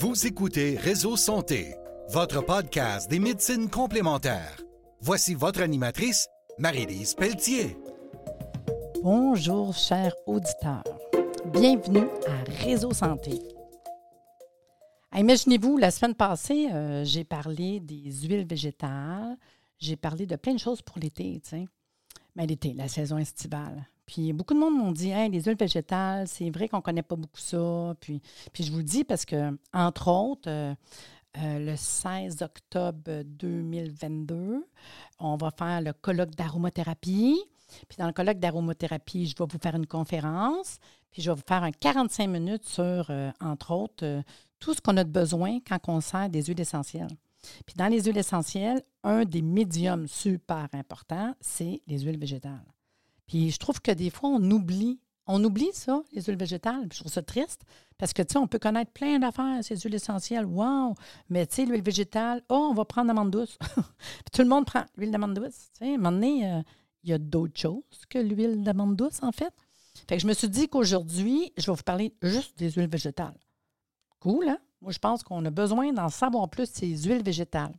Vous écoutez Réseau Santé, votre podcast des médecines complémentaires. Voici votre animatrice, Marie-Lise Pelletier. Bonjour, chers auditeurs. Bienvenue à Réseau Santé. Imaginez-vous, la semaine passée, j'ai parlé des huiles végétales. J'ai parlé de plein de choses pour l'été, tu sais. Mais l'été, la saison estivale. Puis beaucoup de monde m'ont dit, hey, les huiles végétales, c'est vrai qu'on ne connaît pas beaucoup ça. Puis je vous le dis parce que, entre autres, le 16 octobre 2022, on va faire le colloque d'aromathérapie. Puis dans le colloque d'aromathérapie, je vais vous faire une conférence. Puis je vais vous faire un 45 minutes sur, entre autres, tout ce qu'on a de besoin quand on sert des huiles essentielles. Puis dans les huiles essentielles, un des médiums super importants, c'est les huiles végétales. Puis je trouve que des fois, on oublie ça, les huiles végétales. Puis je trouve ça triste parce que, tu sais, on peut connaître plein d'affaires, ces huiles essentielles. Wow! Mais, tu sais, l'huile végétale, on va prendre l'amande douce. Puis tout le monde prend l'huile d'amande douce. Tu sais, à un moment donné, il y a d'autres choses que l'huile d'amande douce, en fait. Fait que je me suis dit qu'aujourd'hui, je vais vous parler juste des huiles végétales. Cool, hein? Moi, je pense qu'on a besoin d'en savoir plus ces huiles végétales.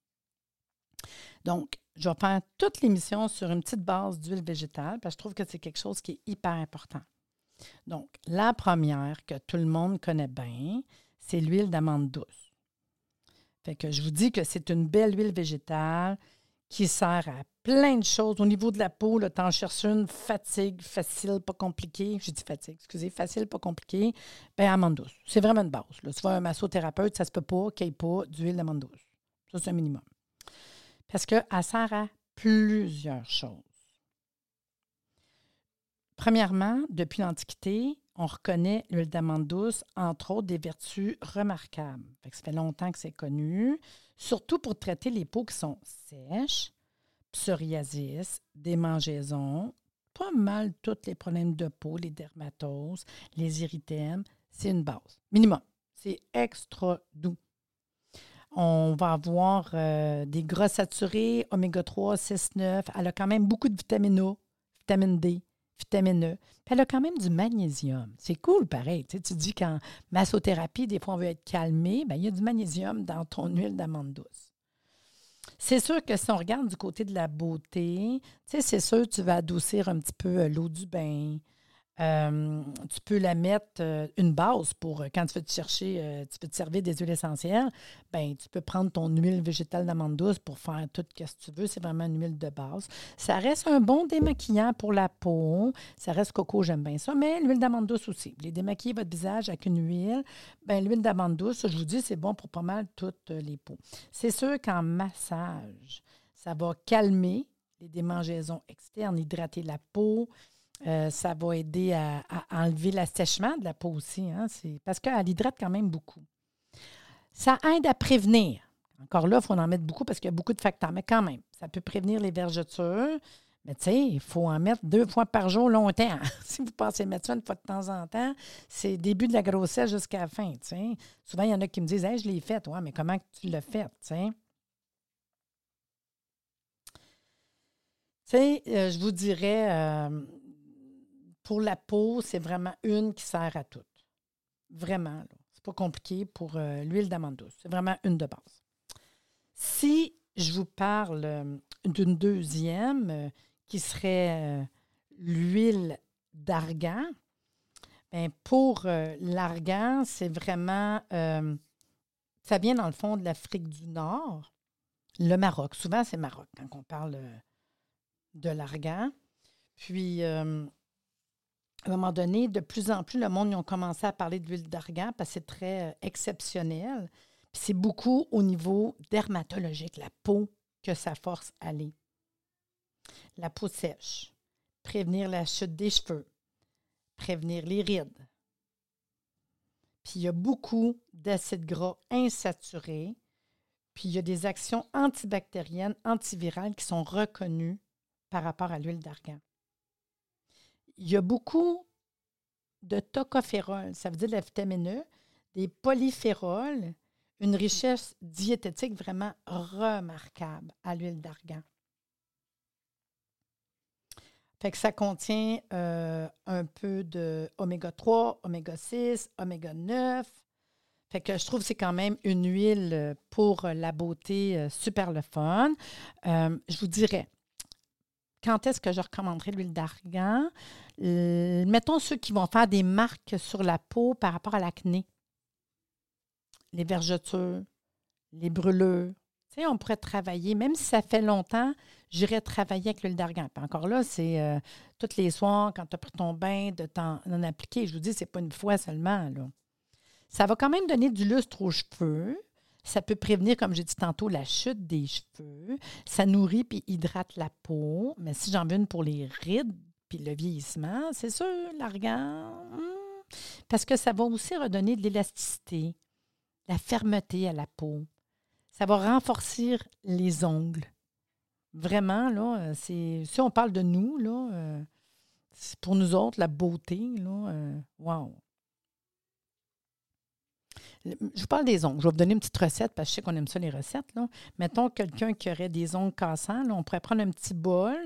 Donc, je vais faire toute l'émission sur une petite base d'huile végétale parce que je trouve que c'est quelque chose qui est hyper important. Donc, la première que tout le monde connaît bien, c'est l'huile d'amande douce. Fait que je vous dis que c'est une belle huile végétale qui sert à plein de choses. Au niveau de la peau, tu en cherches une, fatigue, facile, pas compliqué. Je dis fatigue, excusez, facile, pas compliqué. Bien, amande douce. C'est vraiment une base. Là. Tu vois, un massothérapeute, ça se peut pas qu'il n'y ait pas d'huile d'amande douce. Ça, c'est un minimum. Parce qu'elle sert à plusieurs choses. Premièrement, depuis l'Antiquité, on reconnaît l'huile d'amande douce, entre autres, des vertus remarquables. Fait que ça fait longtemps que c'est connu, surtout pour traiter les peaux qui sont sèches, psoriasis, démangeaisons, pas mal tous les problèmes de peau, les dermatoses, les érythèmes. C'est une base. Minimum. C'est extra doux. On va avoir des gras saturés, oméga 3, 6, 9. Elle a quand même beaucoup de vitamine A, vitamine D, vitamine E. Puis elle a quand même du magnésium. C'est cool, pareil. Tu sais, tu dis qu'en massothérapie, des fois, on veut être calmé. Bien, il y a du magnésium dans ton huile d'amande douce. C'est sûr que si on regarde du côté de la beauté, tu sais, c'est sûr que tu vas adoucir un petit peu l'eau du bain. Tu peux la mettre une base pour quand tu veux te chercher, tu veux te servir des huiles essentielles, bien, tu peux prendre ton huile végétale d'amande douce pour faire tout ce que tu veux. C'est vraiment une huile de base. Ça reste un bon démaquillant pour la peau. Ça reste coco, j'aime bien ça, mais l'huile d'amande douce aussi. Vous voulez démaquiller votre visage avec une huile, bien, l'huile d'amande douce, je vous dis, c'est bon pour pas mal toutes les peaux. C'est sûr qu'en massage, ça va calmer les démangeaisons externes, hydrater la peau. Ça va aider à enlever l'assèchement de la peau aussi, hein? Parce qu'elle hydrate quand même beaucoup. Ça aide à prévenir. Encore là, il faut en mettre beaucoup parce qu'il y a beaucoup de facteurs, mais quand même, ça peut prévenir les vergetures. Mais tu sais, il faut en mettre 2 fois par jour longtemps. Si vous pensez mettre ça une fois de temps en temps, c'est début de la grossesse jusqu'à la fin. T'sais. Souvent, il y en a qui me disent hey, je l'ai faite. Ouais, mais comment tu l'as faite? Tu sais, je vous dirais. Pour la peau, c'est vraiment une qui sert à tout. Vraiment, là. C'est pas compliqué pour l'huile d'amande douce. C'est vraiment une de base. Si je vous parle d'une deuxième qui serait l'huile d'argan, bien, pour l'argan, c'est vraiment... ça vient dans le fond de l'Afrique du Nord, le Maroc. Souvent, c'est Maroc quand on parle de l'argan. Puis... à un moment donné, de plus en plus, le monde ils ont commencé à parler de l'huile d'argan parce que c'est très exceptionnel. Puis c'est beaucoup au niveau dermatologique, la peau que ça force à aller. La peau sèche, prévenir la chute des cheveux, prévenir les rides. Puis il y a beaucoup d'acides gras insaturés. Puis il y a des actions antibactériennes, antivirales qui sont reconnues par rapport à l'huile d'argan. Il y a beaucoup de tocophérols, ça veut dire de la vitamine E, des polyphérols, une richesse diététique vraiment remarquable à l'huile d'argan. Fait que ça contient un peu d'oméga 3, oméga 6, oméga 9. Fait que je trouve que c'est quand même une huile pour la beauté super le fun. Je vous dirais, quand est-ce que je recommanderais l'huile d'argan? Mettons ceux qui vont faire des marques sur la peau par rapport à l'acné, les vergetures, les brûlures. Tu sais, on pourrait travailler, même si ça fait longtemps, j'irais travailler avec l'huile d'argan. Puis encore là, c'est tous les soirs, quand tu as pris ton bain, de t'en appliquer. Je vous dis, c'est pas une fois seulement, là. Ça va quand même donner du lustre aux cheveux. Ça peut prévenir, comme j'ai dit tantôt, la chute des cheveux. Ça nourrit puis hydrate la peau. Mais si j'en veux une pour les rides puis le vieillissement, c'est sûr, l'argan. Parce que ça va aussi redonner de l'élasticité, la fermeté à la peau. Ça va renforcer les ongles. Vraiment, là, si on parle de nous, là, c'est pour nous autres, la beauté, là, wow. Je vous parle des ongles. Je vais vous donner une petite recette parce que je sais qu'on aime ça, les recettes, là. Mettons quelqu'un qui aurait des ongles cassants, là, on pourrait prendre un petit bol,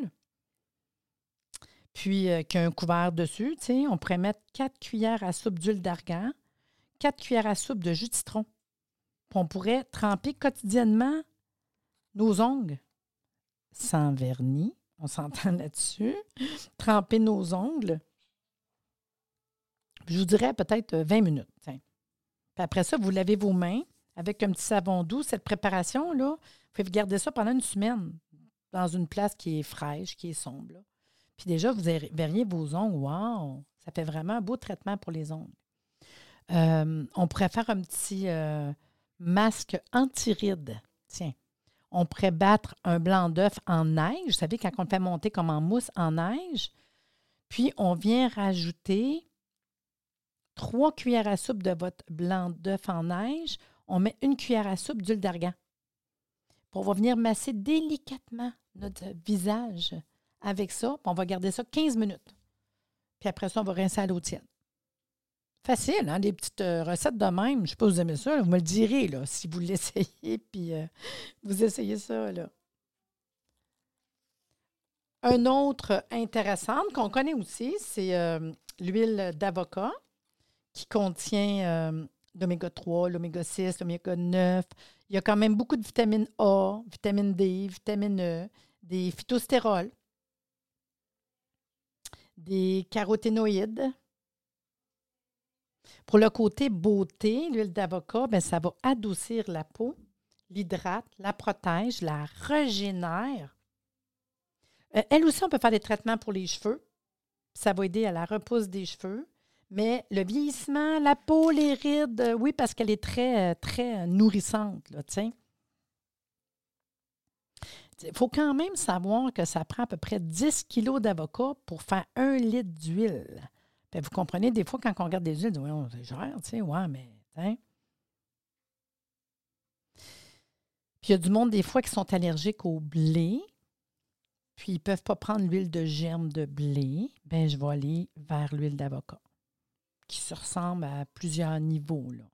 puis qui a un couvert dessus, tu sais, on pourrait mettre 4 cuillères à soupe d'huile d'argan, 4 cuillères à soupe de jus de citron. Puis on pourrait tremper quotidiennement nos ongles sans vernis. On s'entend là-dessus. Tremper nos ongles. Je vous dirais peut-être 20 minutes. Tiens. Puis après ça, vous lavez vos mains avec un petit savon doux. Cette préparation-là, vous pouvez garder ça pendant une semaine dans une place qui est fraîche, qui est sombre. Là. Puis déjà, vous verriez vos ongles. Wow! Ça fait vraiment un beau traitement pour les ongles. On pourrait faire un petit masque anti-rides. Tiens. On pourrait battre un blanc d'œuf en neige. Vous savez, quand on le fait monter comme en mousse en neige. Puis, on vient rajouter 3 cuillères à soupe de votre blanc d'œuf en neige. On met 1 cuillère à soupe d'huile d'argan. Puis on va venir masser délicatement notre visage avec ça. Puis on va garder ça 15 minutes. Puis après ça, on va rincer à l'eau tiède. Facile, hein? Des petites recettes de même. Je ne sais pas si vous aimez ça. Là. Vous me le direz là, si vous l'essayez. Puis vous essayez ça. Là. Un autre intéressante qu'on connaît aussi, c'est l'huile d'avocat qui contient l'oméga 3, l'oméga 6, l'oméga 9. Il y a quand même beaucoup de vitamine A, vitamine D, vitamine E, des phytostérols, des caroténoïdes. Pour le côté beauté, l'huile d'avocat, bien, ça va adoucir la peau, l'hydrate, la protège, la régénère. Elle aussi, on peut faire des traitements pour les cheveux. Ça va aider à la repousse des cheveux. Mais le vieillissement, la peau, les rides, oui, parce qu'elle est très, très nourrissante, là, tu sais. Il faut quand même savoir que ça prend à peu près 10 kilos d'avocat pour faire 1 litre d'huile. Puis vous comprenez, des fois, quand on regarde des huiles, on dit, ouais, c'est cher, tu sais, ouais, mais, hein. Puis il y a du monde, des fois, qui sont allergiques au blé, puis ils ne peuvent pas prendre l'huile de germe de blé. Bien, je vais aller vers l'huile d'avocat, qui se ressemble à plusieurs niveaux, là.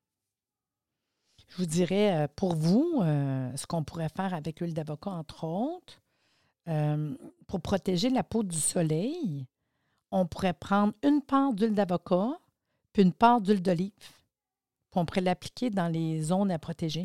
Je vous dirais, pour vous, ce qu'on pourrait faire avec l'huile d'avocat, entre autres, pour protéger la peau du soleil, on pourrait prendre une part d'huile d'avocat puis une part d'huile d'olive. Puis on pourrait l'appliquer dans les zones à protéger.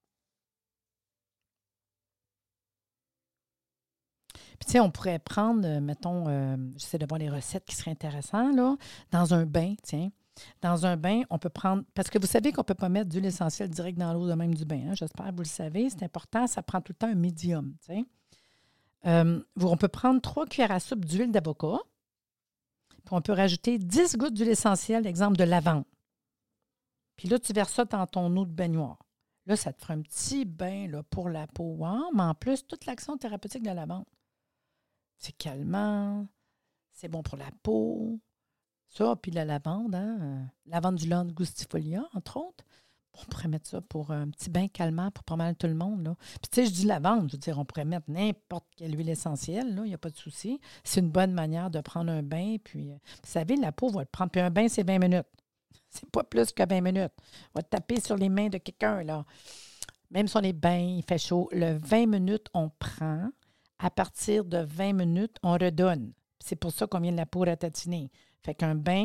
Puis, tu sais, on pourrait prendre, mettons, j'essaie de voir les recettes qui seraient intéressantes, là, dans un bain, tiens. Dans un bain, on peut prendre... Parce que vous savez qu'on ne peut pas mettre d'huile essentielle direct dans l'eau de même du bain. Hein? J'espère que vous le savez. C'est important. Ça prend tout le temps un médium. Tu sais. On peut prendre 3 cuillères à soupe d'huile d'avocat. Puis on peut rajouter 10 gouttes d'huile essentielle, exemple de lavande. Puis là, tu verses ça dans ton eau de baignoire. Là, ça te fera un petit bain là, pour la peau. Wow, mais en plus, toute l'action thérapeutique de la lavande. C'est calmant. C'est bon pour la peau. Ça, puis la lavande, hein? Lavande du Langustifolia, entre autres. On pourrait mettre ça pour un petit bain calmant pour pas mal tout le monde. Là. Puis, tu sais, je dis lavande, je veux dire, on pourrait mettre n'importe quelle huile essentielle, il n'y a pas de souci. C'est une bonne manière de prendre un bain. Puis, vous savez, la peau va le prendre. Puis, un bain, c'est 20 minutes. C'est pas plus que 20 minutes. On va taper sur les mains de quelqu'un, là. Même si on est bain, il fait chaud. Le 20 minutes, on prend. À partir de 20 minutes, on redonne. C'est pour ça qu'on vient de la peau ratatiner. Fait qu'un bain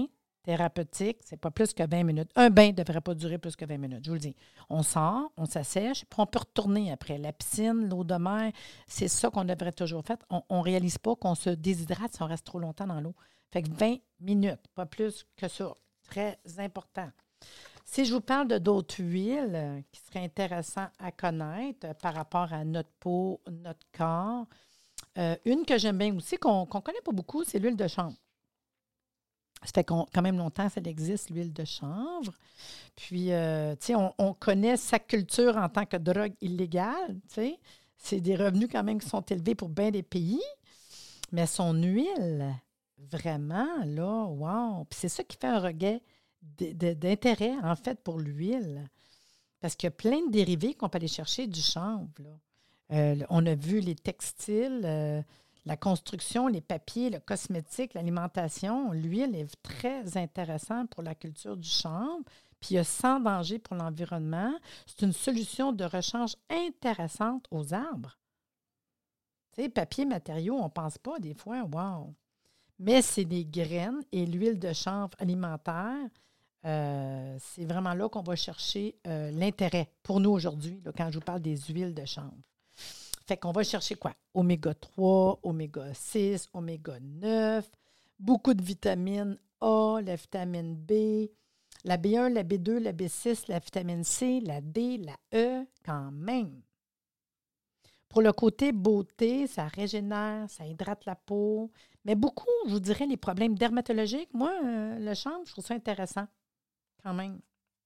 thérapeutique, c'est pas plus que 20 minutes. Un bain ne devrait pas durer plus que 20 minutes, je vous le dis. On sort, on s'assèche, puis on peut retourner après. La piscine, l'eau de mer, c'est ça qu'on devrait toujours faire. On ne réalise pas qu'on se déshydrate si on reste trop longtemps dans l'eau. Fait que 20 minutes, pas plus que ça. Très important. Si je vous parle de d'autres huiles qui seraient intéressantes à connaître par rapport à notre peau, notre corps, une que j'aime bien aussi, qu'on ne connaît pas beaucoup, c'est l'huile de chanvre. Ça fait quand même longtemps que ça existe, l'huile de chanvre. Puis, tu sais, on connaît sa culture en tant que drogue illégale, tu sais. C'est des revenus quand même qui sont élevés pour bien des pays. Mais son huile, vraiment, là, wow! Puis c'est ça qui fait un regain d'intérêt, en fait, pour l'huile. Parce qu'il y a plein de dérivés qu'on peut aller chercher du chanvre, là. On a vu les textiles, la construction, les papiers, le cosmétique, l'alimentation. L'huile est très intéressante pour la culture du chanvre. Puis il y a sans danger pour l'environnement. C'est une solution de rechange intéressante aux arbres. Tu sais, papier, matériaux, on ne pense pas des fois, wow! Mais c'est des graines et l'huile de chanvre alimentaire. C'est vraiment là qu'on va chercher l'intérêt pour nous aujourd'hui, là, quand je vous parle des huiles de chanvre. Fait qu'on va chercher quoi? Oméga 3, oméga 6, oméga 9, beaucoup de vitamine A, la vitamine B, la B1, la B2, la B6, la vitamine C, la D, la E, quand même. Pour le côté beauté, ça régénère, ça hydrate la peau. Mais beaucoup, je vous dirais, les problèmes dermatologiques, moi, le chanvre, je trouve ça intéressant quand même.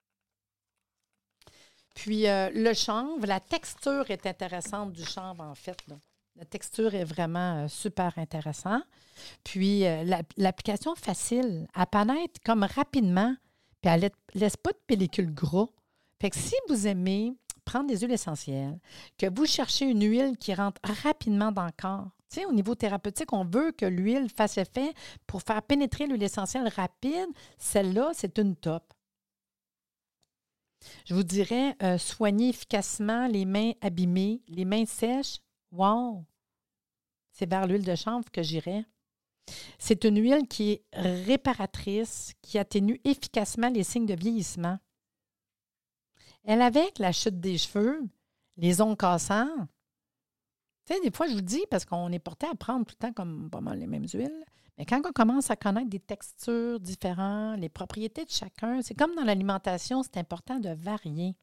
Puis, le chanvre, la texture est intéressante du chanvre, en fait, là. La texture est vraiment super intéressante. Puis, l'application facile, elle pénètre comme rapidement, puis elle ne laisse pas de pellicule gras. Fait que si vous aimez prendre des huiles essentielles, que vous cherchez une huile qui rentre rapidement dans le corps, tu sais, au niveau thérapeutique, on veut que l'huile fasse effet pour faire pénétrer l'huile essentielle rapide. Celle-là, c'est une top. Je vous dirais, soigner efficacement les mains abîmées, les mains sèches. Wow! C'est vers l'huile de chanvre que j'irais. C'est une huile qui est réparatrice, qui atténue efficacement les signes de vieillissement. Elle, avec la chute des cheveux, les ongles cassants, tu sais, des fois, je vous dis, parce qu'on est porté à prendre tout le temps comme pas mal les mêmes huiles, mais quand on commence à connaître des textures différentes, les propriétés de chacun, c'est comme dans l'alimentation, c'est important de varier.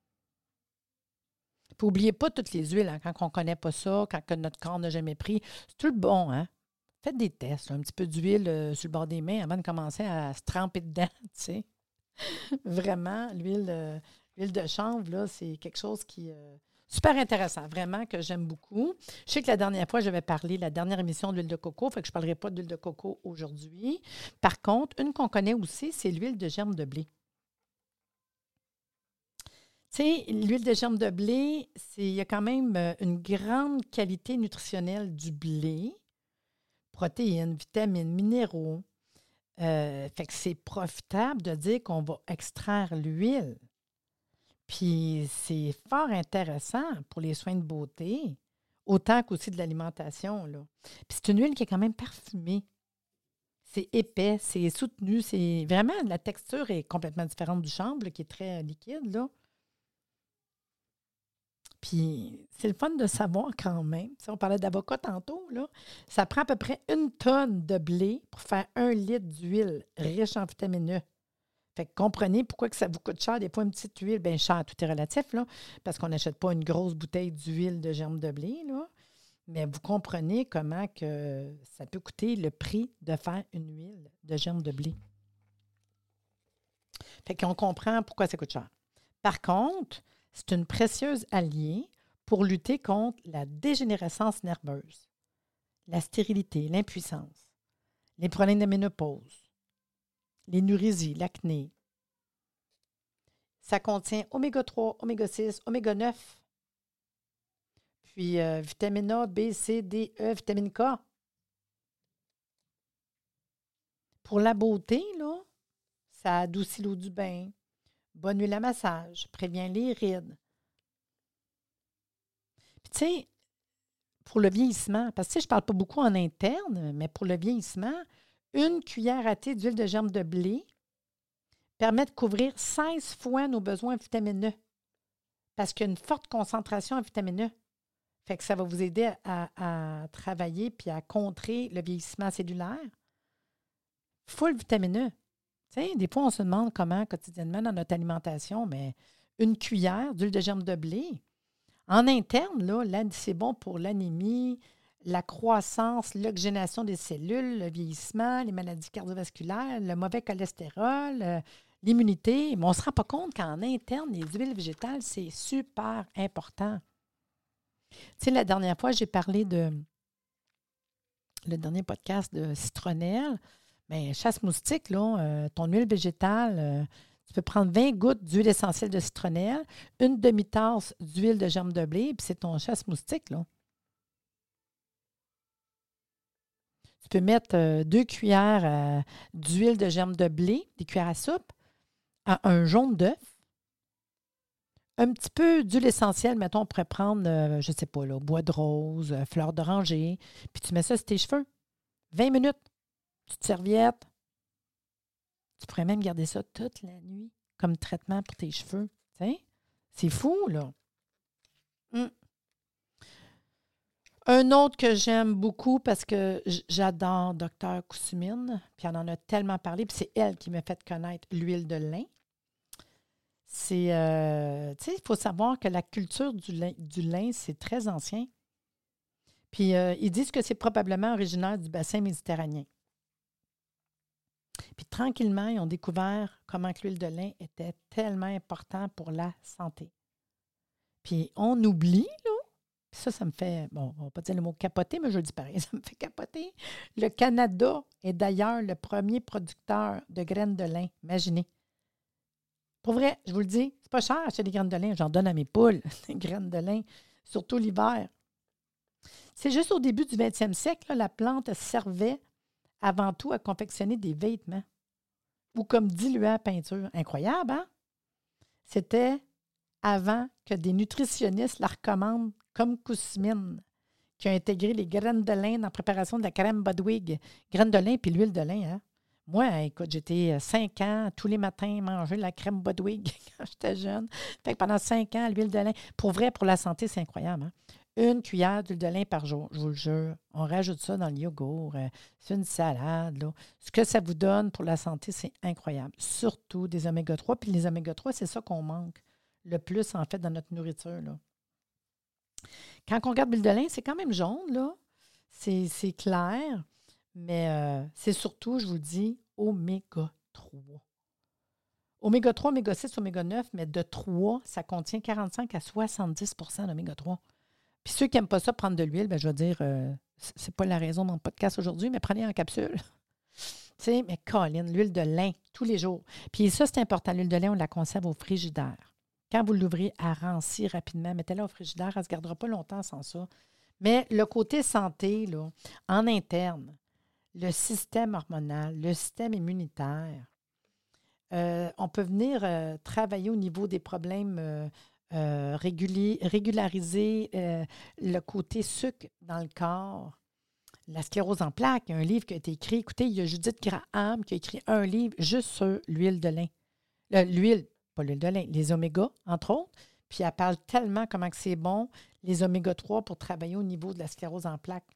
Puis n'oubliez pas toutes les huiles, hein, quand on ne connaît pas ça, quand notre corps n'a jamais pris. C'est tout le bon, hein? Faites des tests, là, un petit peu d'huile sur le bord des mains avant de commencer à se tremper dedans, tu sais. Vraiment, l'huile de chanvre, là, c'est quelque chose qui super intéressant, vraiment, que j'aime beaucoup. Je sais que la dernière fois, j'avais parlé, la dernière émission d'huile de coco, fait que je ne parlerai pas d'huile de coco aujourd'hui. Par contre, une qu'on connaît aussi, c'est l'huile de germe de blé. Tu sais, l'huile de germe de blé, il y a quand même une grande qualité nutritionnelle du blé, protéines, vitamines, minéraux. Fait que c'est profitable de dire qu'on va extraire l'huile. Puis c'est fort intéressant pour les soins de beauté, autant qu'aussi de l'alimentation, là. Puis c'est une huile qui est quand même parfumée. C'est épais, c'est soutenu, c'est vraiment, la texture est complètement différente du chanvre, là, qui est très liquide, là. Puis c'est le fun de savoir quand même. Tu sais, on parlait d'avocat tantôt, là. Ça prend à peu près 1 tonne de blé pour faire 1 litre d'huile riche en vitamine E. Fait que comprenez pourquoi que ça vous coûte cher. Des fois, une petite huile, bien cher, tout est relatif, là, parce qu'on n'achète pas une grosse bouteille d'huile de germe de blé, là. Mais vous comprenez comment que ça peut coûter le prix de faire une huile de germe de blé. Fait qu'on comprend pourquoi ça coûte cher. Par contre, c'est une précieuse alliée pour lutter contre la dégénérescence nerveuse, la stérilité, l'impuissance, les problèmes de ménopause, les nurésies, l'acné. Ça contient oméga 3, oméga 6, oméga 9, puis vitamine A, B, C, D, E, vitamine K. Pour la beauté, là, ça adoucit l'eau du bain, bonne huile à massage, prévient les rides. Puis tu sais, pour le vieillissement, parce que tu sais, je ne parle pas beaucoup en interne, mais pour le vieillissement, Une cuillère à thé d'huile de germe de blé permet de couvrir 16 fois nos besoins en vitamine E parce qu'il y a une forte concentration en vitamine E. Fait que ça va vous aider à travailler puis à contrer le vieillissement cellulaire. Full vitamine E. Tu sais, des fois, on se demande comment quotidiennement dans notre alimentation, mais une cuillère d'huile de germe de blé, en interne, là, c'est bon pour l'anémie, la croissance, l'oxygénation des cellules, le vieillissement, les maladies cardiovasculaires, le mauvais cholestérol, l'immunité. Mais on ne se rend pas compte qu'en interne, les huiles végétales, c'est super important. Tu sais, la dernière fois, j'ai parlé le dernier podcast de citronnelle. Bien, chasse moustique, là, ton huile végétale, tu peux prendre 20 gouttes d'huile essentielle de citronnelle, une demi-tasse d'huile de germe de blé, puis c'est ton chasse moustique, là. Tu peux mettre 2 cuillères d'huile de germe de blé, des cuillères à soupe, à un jaune d'œuf, un petit peu d'huile essentielle, mettons, on pourrait prendre, je ne sais pas, là, bois de rose, fleur d'oranger, puis tu mets ça sur tes cheveux. 20 minutes, petite serviette. Tu pourrais même garder ça toute la nuit comme traitement pour tes cheveux. T'sais? C'est fou, là. Un autre que j'aime beaucoup parce que j'adore Dr. Koussoumine, puis elle en a tellement parlé, puis c'est elle qui m'a fait connaître l'huile de lin. C'est, tu sais, il faut savoir que la culture du lin, c'est très ancien. Puis ils disent que c'est probablement originaire du bassin méditerranéen. Puis tranquillement, ils ont découvert comment l'huile de lin était tellement important pour la santé. Puis on oublie, là, ça me fait, bon, on ne va pas dire le mot capoter, mais je le dis pareil, ça me fait capoter. Le Canada est d'ailleurs le premier producteur de graines de lin. Imaginez. Pour vrai, je vous le dis, c'est pas cher acheter des graines de lin. J'en donne à mes poules, des graines de lin, surtout l'hiver. C'est juste au début du 20e siècle, là, la plante servait avant tout à confectionner des vêtements ou comme diluant à peinture. Incroyable, hein? C'était avant que des nutritionnistes la recommandent comme Koussoumine, qui a intégré les graines de lin dans la préparation de la crème Budwig. Graines de lin puis l'huile de lin, hein? Moi, écoute, j'étais 5 ans, tous les matins, manger de la crème Budwig quand j'étais jeune. Fait que pendant 5 ans, l'huile de lin, pour vrai, pour la santé, c'est incroyable, hein? Une cuillère d'huile de lin par jour, je vous le jure. On rajoute ça dans le yogourt, c'est une salade, là. Ce que ça vous donne pour la santé, c'est incroyable. Surtout des oméga-3. Puis les oméga-3, c'est ça qu'on manque le plus, en fait, dans notre nourriture, là. Quand on regarde l'huile de lin, c'est quand même jaune, là. C'est clair, mais c'est surtout, je vous dis, oméga 3. Oméga 3, oméga 6, oméga 9, mais de 3, ça contient 45 à 70 d'oméga 3. Puis ceux qui n'aiment pas ça, prendre de l'huile, bien, je veux dire, c'est pas la raison de mon podcast aujourd'hui, mais prenez en capsule. Tu sais, mais Colin, l'huile de lin, tous les jours. Puis ça, c'est important. L'huile de lin, on la conserve au frigidaire. Quand vous l'ouvrez, elle rancit rapidement. Mettez-la au frigidaire, elle ne se gardera pas longtemps sans ça. Mais le côté santé, là, en interne, le système hormonal, le système immunitaire, on peut venir travailler au niveau des problèmes régulariser le côté sucre dans le corps. La sclérose en plaques, il y a un livre qui a été écrit. Écoutez, il y a Judith Graham qui a écrit un livre juste sur l'huile de lin. L'huile, pas l'huile de lin, les omégas, entre autres. Puis elle parle tellement comment que c'est bon, les oméga 3, pour travailler au niveau de la sclérose en plaques.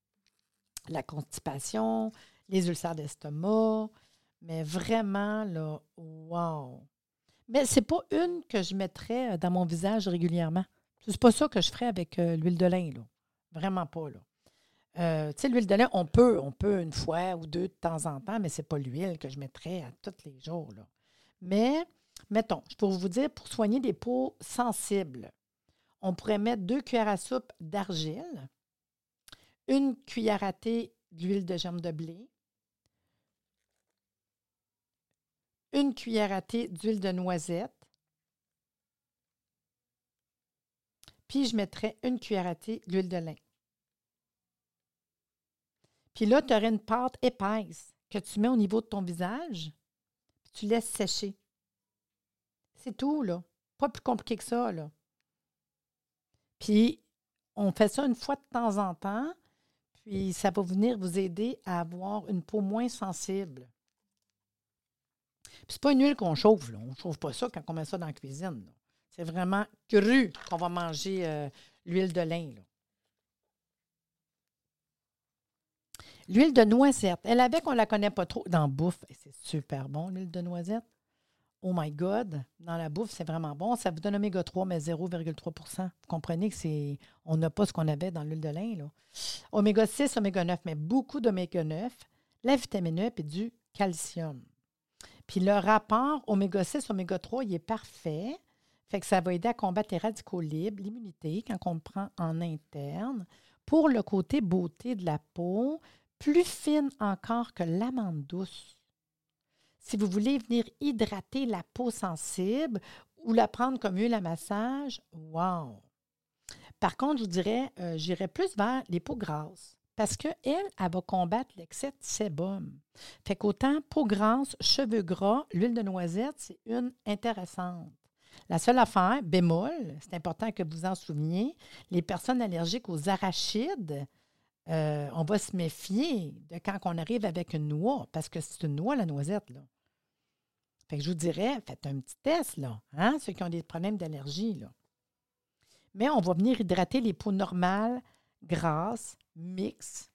La constipation, les ulcères d'estomac. Mais vraiment, là, wow! Mais c'est pas une que je mettrais dans mon visage régulièrement. C'est pas ça que je ferais avec l'huile de lin, là. Vraiment pas, là. Tu sais, l'huile de lin, on peut une fois ou deux de temps en temps, mais c'est pas l'huile que je mettrais à tous les jours, là. Mais, mettons, je peux vous dire, pour soigner des peaux sensibles, on pourrait mettre 2 cuillères à soupe d'argile, 1 cuillère à thé d'huile de germe de blé, 1 cuillère à thé d'huile de noisette, puis je mettrais 1 cuillère à thé d'huile de lin. Puis là, tu aurais une pâte épaisse que tu mets au niveau de ton visage, puis tu laisses sécher. C'est tout, là. Pas plus compliqué que ça, là. Puis, on fait ça une fois de temps en temps. Puis, ça va venir vous aider à avoir une peau moins sensible. Puis, c'est pas une huile qu'on chauffe, là. On ne chauffe pas ça quand on met ça dans la cuisine, là. C'est vraiment cru qu'on va manger l'huile de lin, là. L'huile de noisette. Elle avec, on ne la connaît pas trop. Dans la bouffe, c'est super bon, l'huile de noisette. Oh my God! Dans la bouffe, c'est vraiment bon. Ça vous donne oméga 3, mais 0,3 Vous comprenez que on n'a pas ce qu'on avait dans l'huile de lin, là. Oméga 6, oméga 9, mais beaucoup d'oméga 9, la vitamine E et du calcium. Puis le rapport oméga 6, oméga 3, il est parfait. Fait que ça va aider à combattre les radicaux libres, l'immunité, quand on le prend en interne. Pour le côté beauté de la peau, plus fine encore que l'amande douce. Si vous voulez venir hydrater la peau sensible ou la prendre comme huile à massage, wow! Par contre, je vous dirais, j'irais plus vers les peaux grasses parce qu'elle, elle va combattre l'excès de sébum. Fait qu'autant peau grasse, cheveux gras, l'huile de noisette, c'est une intéressante. La seule affaire, bémol, c'est important que vous en souveniez, les personnes allergiques aux arachides, on va se méfier de quand on arrive avec une noix, parce que c'est une noix, la noisette, là. Fait que je vous dirais, faites un petit test, là, hein, ceux qui ont des problèmes d'allergie, là. Mais on va venir hydrater les peaux normales, grasses, mixtes.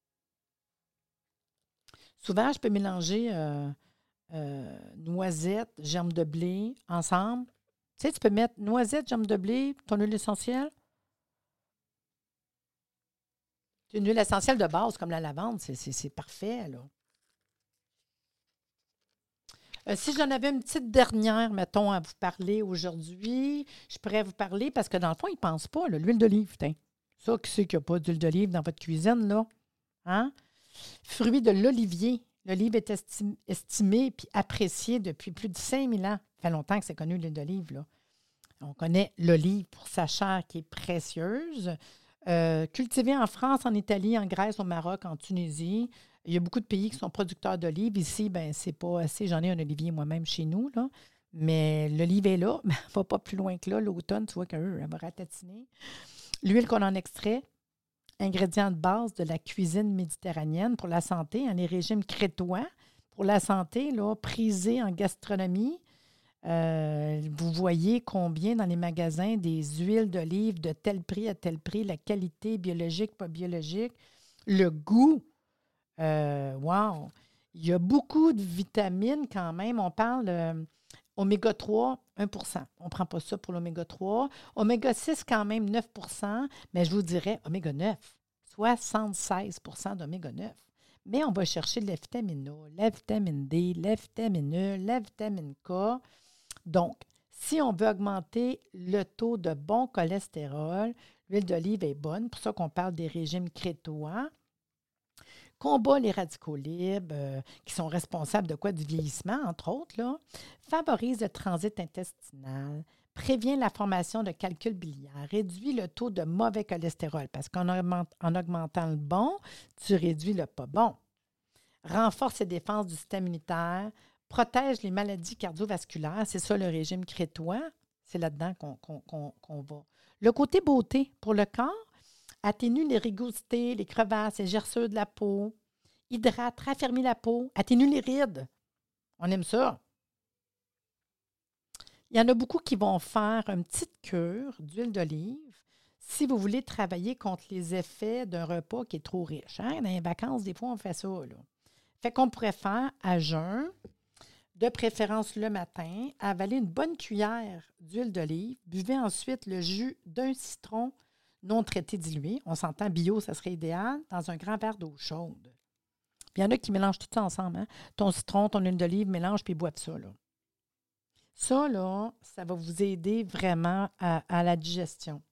Souvent, je peux mélanger noisettes, germes de blé ensemble. Tu sais, tu peux mettre noisettes, germes de blé, ton huile essentielle. Une huile essentielle de base, comme la lavande, c'est parfait, là. Si j'en avais une petite dernière, mettons, à vous parler aujourd'hui, je pourrais vous parler, parce que dans le fond, ils ne pensent pas, là, l'huile d'olive, tiens. Ça, qui c'est qu'il n'y a pas d'huile d'olive dans votre cuisine, là? Hein? Fruit de l'olivier. L'olive est estimée et appréciée depuis plus de 5000 ans. Ça fait longtemps que c'est connu, l'huile d'olive, là. On connaît l'olive pour sa chair qui est précieuse. Cultivée en France, en Italie, en Grèce, au Maroc, en Tunisie. Il y a beaucoup de pays qui sont producteurs d'olives. Ici, ben c'est pas assez. J'en ai un olivier moi-même chez nous, là. Mais l'olive est là. Mais elle ne va pas plus loin que là. L'automne, tu vois qu'elle va ratatiner. L'huile qu'on en extrait, ingrédient de base de la cuisine méditerranéenne pour la santé, hein, les régimes crétois. Pour la santé, là, prisés en gastronomie. Vous voyez combien dans les magasins des huiles d'olive de tel prix à tel prix, la qualité biologique, pas biologique, le goût. Wow! Il y a beaucoup de vitamines quand même. On parle oméga 3, 1 On ne prend pas ça pour l'oméga 3. Oméga 6, quand même 9 mais je vous dirais oméga 9, 76 d'oméga 9. Mais on va chercher la vitamine A, la vitamine D, la vitamine E, la vitamine K. Donc, si on veut augmenter le taux de bon cholestérol, l'huile d'olive est bonne. C'est pour ça qu'on parle des régimes crétois. Combat les radicaux libres, qui sont responsables de quoi? Du vieillissement, entre autres, là. Favorise le transit intestinal, prévient la formation de calculs biliaires, réduit le taux de mauvais cholestérol, parce qu'en augmentant le bon, tu réduis le pas bon. Renforce les défenses du système immunitaire, protège les maladies cardiovasculaires. C'est ça le régime crétois. C'est là-dedans qu'on va. Le côté beauté pour le corps, atténue les rugosités, les crevasses, les gerçures de la peau, hydrate, raffermit la peau, atténue les rides. On aime ça. Il y en a beaucoup qui vont faire une petite cure d'huile d'olive si vous voulez travailler contre les effets d'un repas qui est trop riche. Hein? Dans les vacances, des fois, on fait ça, là. Fait qu'on pourrait faire à jeun, de préférence le matin, avaler une bonne cuillère d'huile d'olive, buvez ensuite le jus d'un citron non traité dilué. On s'entend bio, ça serait idéal, dans un grand verre d'eau chaude. Puis il y en a qui mélangent tout ça ensemble. Hein? Ton citron, ton huile d'olive, mélange puis boivent ça, là. Ça, là, ça va vous aider vraiment à la digestion.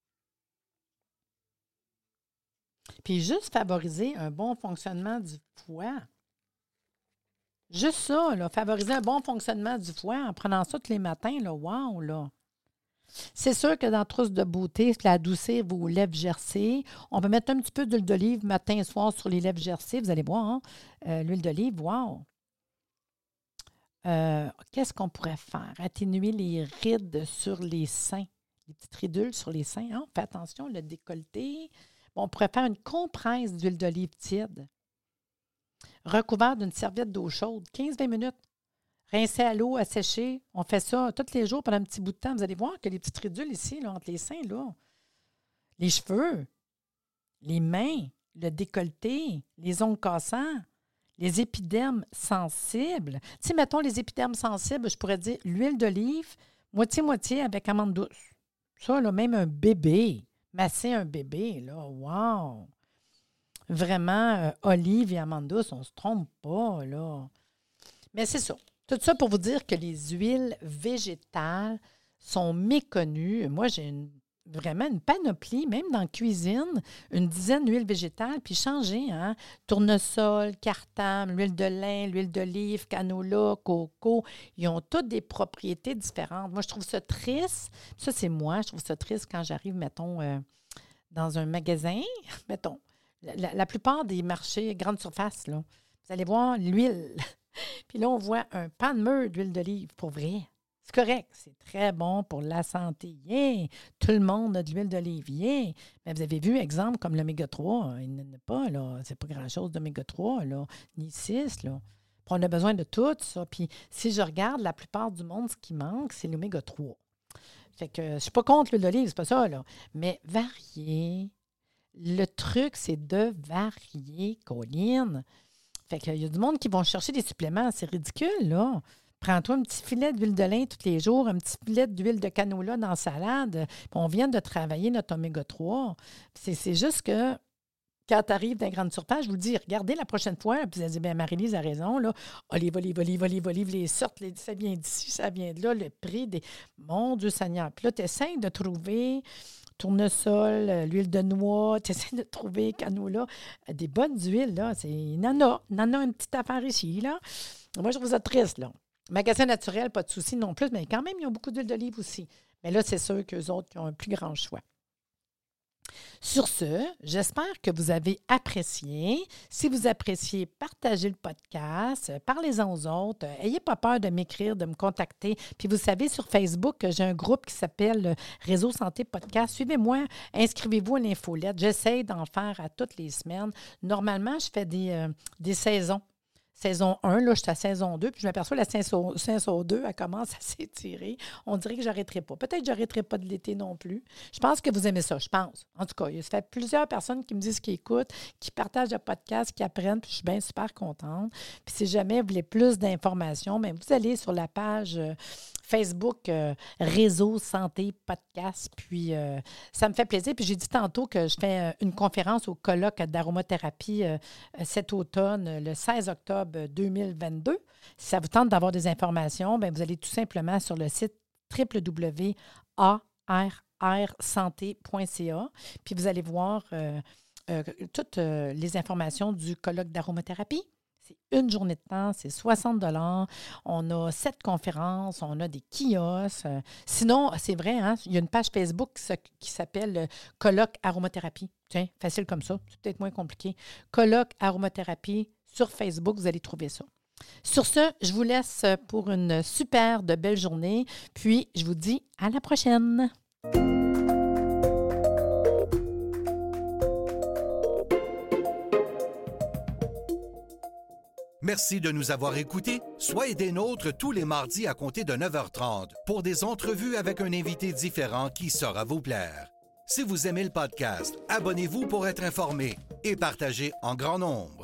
Puis juste favoriser un bon fonctionnement du foie. Juste ça, là, favoriser un bon fonctionnement du foie en prenant ça tous les matins, là, wow, là. C'est sûr que dans Trousse de beauté, c'est adoucir vos lèvres gercées. On peut mettre un petit peu d'huile d'olive matin et soir sur les lèvres gercées. Vous allez voir, hein? L'huile d'olive, wow! Qu'est-ce qu'on pourrait faire? Atténuer les rides sur les seins. Les petites ridules sur les seins. Hein? Fais attention, le décolleté. On pourrait faire une compresse d'huile d'olive tiède, recouverte d'une serviette d'eau chaude, 15-20 minutes. Rincer à l'eau, à sécher. On fait ça tous les jours pendant un petit bout de temps. Vous allez voir que les petites ridules ici, là, entre les seins, là, les cheveux, les mains, le décolleté, les ongles cassants, les épidermes sensibles. Tu sais, mettons les épidermes sensibles, je pourrais dire l'huile d'olive, moitié-moitié avec amande douce. Ça, là, même un bébé, masser un bébé, là, wow! Vraiment, olive et amande douce, on ne se trompe pas, là. Mais c'est ça. Tout ça pour vous dire que les huiles végétales sont méconnues. Moi, j'ai vraiment une panoplie, même dans la cuisine, une dizaine d'huiles végétales, puis changer, hein? Tournesol, cartame, l'huile de lin, l'huile d'olive, canola, coco, ils ont toutes des propriétés différentes. Moi, je trouve ça triste. Ça, c'est moi. Je trouve ça triste quand j'arrive, mettons, dans un magasin, mettons, la plupart des marchés, grande surface, là, vous allez voir l'huile. Puis là, on voit un pan de mûre d'huile d'olive, pour vrai. C'est correct, c'est très bon pour la santé. Yeah. Tout le monde a de l'huile d'olive. Yeah. Mais vous avez vu, exemple, comme l'oméga 3, il n'en a pas, là. C'est pas grand-chose d'oméga 3, là, ni 6, là. Puis on a besoin de tout ça. Puis si je regarde, la plupart du monde, ce qui manque, c'est l'oméga 3. Fait que je ne suis pas contre l'huile d'olive, c'est pas ça, là. Mais varier. Le truc, c'est de varier, Colline. Fait qu'il y a du monde qui vont chercher des suppléments. C'est ridicule, là. Prends-toi un petit filet d'huile de lin tous les jours, un petit filet d'huile de canola dans la salade, puis on vient de travailler notre oméga 3. C'est juste que quand tu arrives dans les grandes surfaces, je vous dis, regardez la prochaine fois, puis vous allez dire, bien, Marie-Lise a raison, là. Olive, les sortes, ça vient d'ici, ça vient de là, le prix des... Mon Dieu Seigneur. Puis là, tu essaies de trouver... Tournesol, l'huile de noix, tu essaies de trouver canola, des bonnes huiles, là. Il y en a une petite affaire ici, là. Moi, je trouve ça triste, là. Magasin naturel, pas de souci non plus, mais quand même, ils ont beaucoup d'huile d'olive aussi. Mais là, c'est sûr qu'eux autres, ils ont un plus grand choix. Sur ce, j'espère que vous avez apprécié. Si vous appréciez, partagez le podcast, parlez-en aux autres. Ayez pas peur de m'écrire, de me contacter. Puis vous savez, sur Facebook, j'ai un groupe qui s'appelle Réseau Santé Podcast. Suivez-moi, inscrivez-vous à l'infolette. J'essaie d'en faire à toutes les semaines. Normalement, je fais des saisons. Saison 1, là, je suis à saison 2, puis je m'aperçois que la saison 2, elle commence à s'étirer. On dirait que je n'arrêterai pas. Peut-être que je n'arrêterai pas de l'été non plus. Je pense que vous aimez ça, je pense. En tout cas, il y a plusieurs personnes qui me disent qu'ils écoutent, qui partagent le podcast, qui apprennent, puis je suis bien super contente. Puis si jamais vous voulez plus d'informations, bien, vous allez sur la page Facebook Réseau Santé Podcast, puis ça me fait plaisir. Puis j'ai dit tantôt que je fais une conférence au colloque d'aromathérapie cet automne, le 16 octobre 2022. Si ça vous tente d'avoir des informations, bien, vous allez tout simplement sur le site www.arrsanté.ca, puis vous allez voir toutes les informations du colloque d'aromathérapie. C'est une journée de temps, c'est 60 $. On a 7 conférences, on a des kiosques. Sinon, c'est vrai, hein, il y a une page Facebook qui s'appelle Colloque Aromathérapie. Tiens, facile comme ça, c'est peut-être moins compliqué. Colloque Aromathérapie sur Facebook, vous allez trouver ça. Sur ce, je vous laisse pour une super de belle journée, puis je vous dis à la prochaine. Merci de nous avoir écoutés. Soyez des nôtres tous les mardis à compter de 9h30 pour des entrevues avec un invité différent qui saura vous plaire. Si vous aimez le podcast, abonnez-vous pour être informé et partagez en grand nombre.